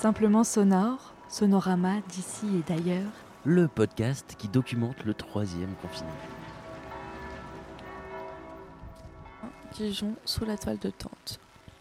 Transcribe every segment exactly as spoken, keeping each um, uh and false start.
Simplement sonore, sonorama d'ici et d'ailleurs. Le podcast qui documente le troisième confinement. Dijon sous la toile de tente.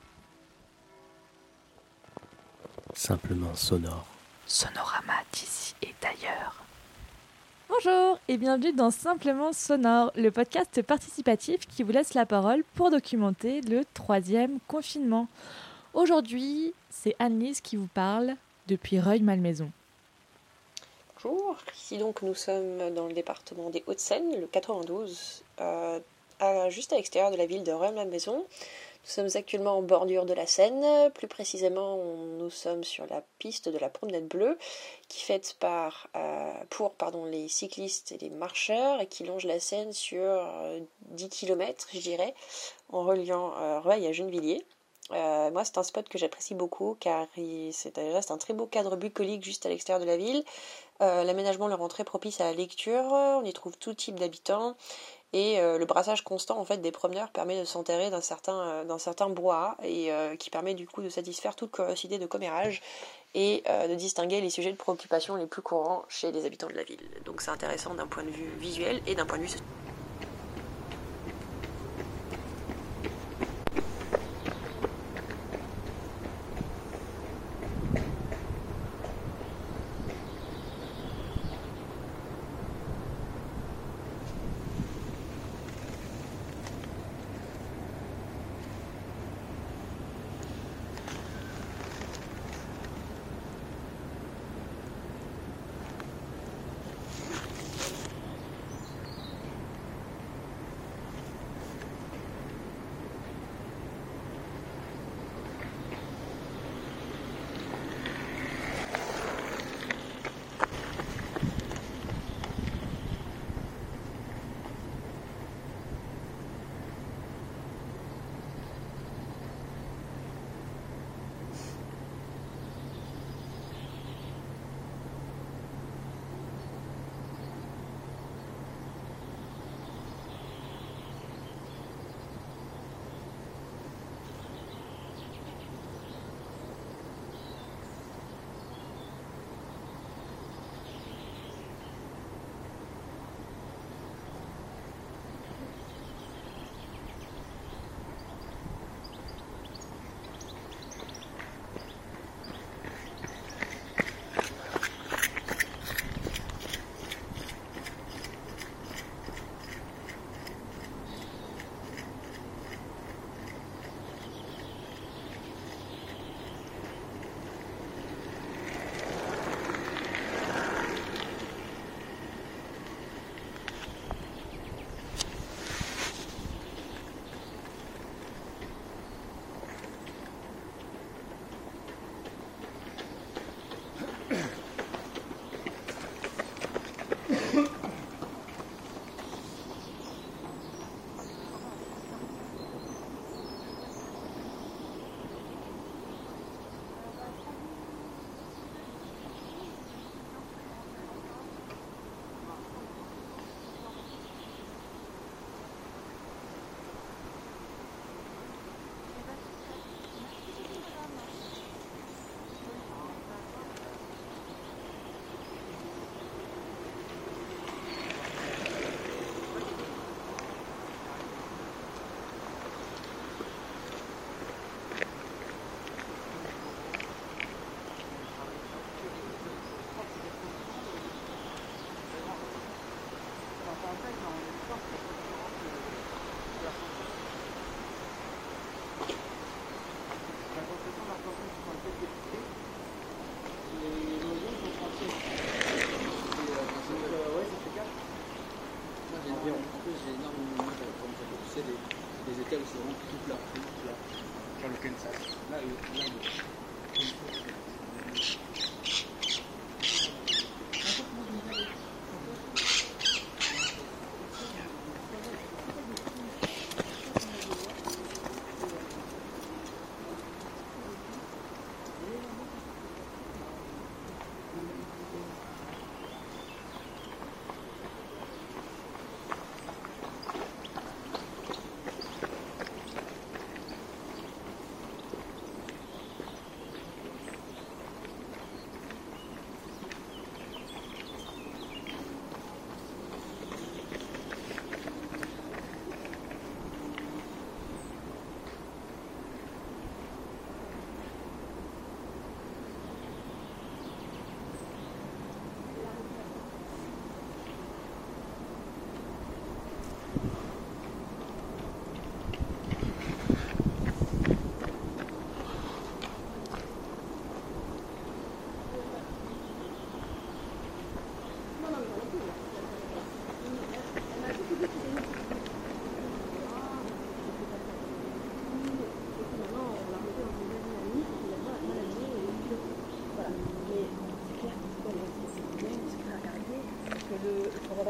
Simplement sonore. Sonorama d'ici et d'ailleurs. Bonjour et bienvenue dans Simplement Sonore, le podcast participatif qui vous laisse la parole pour documenter le troisième confinement. Aujourd'hui, c'est Anne-Lise qui vous parle depuis Rueil-Malmaison. Bonjour, ici donc nous sommes dans le département des Hauts-de-Seine, le quatre-vingt-douze, euh, à, juste à l'extérieur de la ville de Rueil-Malmaison. Nous sommes actuellement en bordure de la Seine, plus précisément on, nous sommes sur la piste de la promenade bleue qui est faite par, euh, pour pardon, les cyclistes et les marcheurs et qui longe la Seine sur euh, dix kilomètres je dirais, en reliant euh, Rueil à Gennevilliers. Euh, moi c'est un spot que j'apprécie beaucoup car il, c'est, déjà, c'est un très beau cadre bucolique juste à l'extérieur de la ville. Euh, l'aménagement le rend très propice à la lecture, on y trouve tout type d'habitants et euh, le brassage constant en fait des promeneurs permet de s'enterrer d'un certain, euh, d'un certain brouhaha et euh, qui permet du coup de satisfaire toute curiosité de commérage et euh, de distinguer les sujets de préoccupation les plus courants chez les habitants de la ville. Donc c'est intéressant d'un point de vue visuel et d'un point de vue social.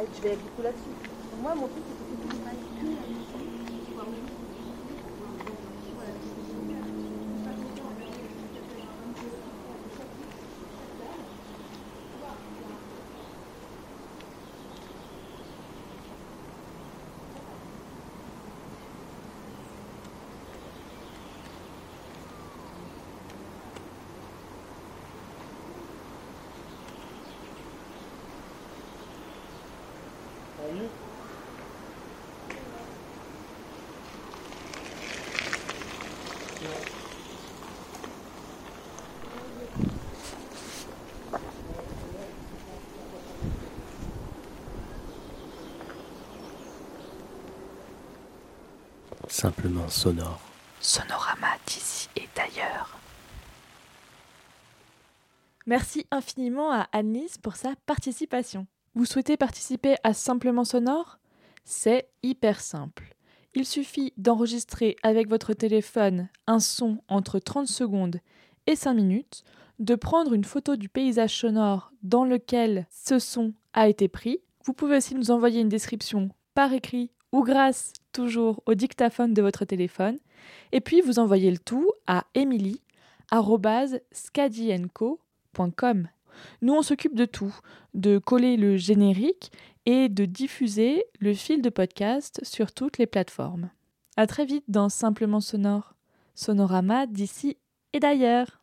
Ouais, je vais beaucoup là-dessus. Moi, mon truc, c'est que je travaille que la musique. Simplement sonore. Sonorama d'ici et d'ailleurs. Merci infiniment à Annelise pour sa participation. Vous souhaitez participer à Simplement Sonore ? C'est hyper simple. Il suffit d'enregistrer avec votre téléphone un son entre trente secondes et cinq minutes, de prendre une photo du paysage sonore dans lequel ce son a été pris. Vous pouvez aussi nous envoyer une description par écrit ou grâce toujours au dictaphone de votre téléphone. Et puis vous envoyez le tout à emily arobase skadienco point com. Nous, on s'occupe de tout, de coller le générique et de diffuser le fil de podcast sur toutes les plateformes. À très vite dans Simplement Sonore, Sonorama d'ici et d'ailleurs.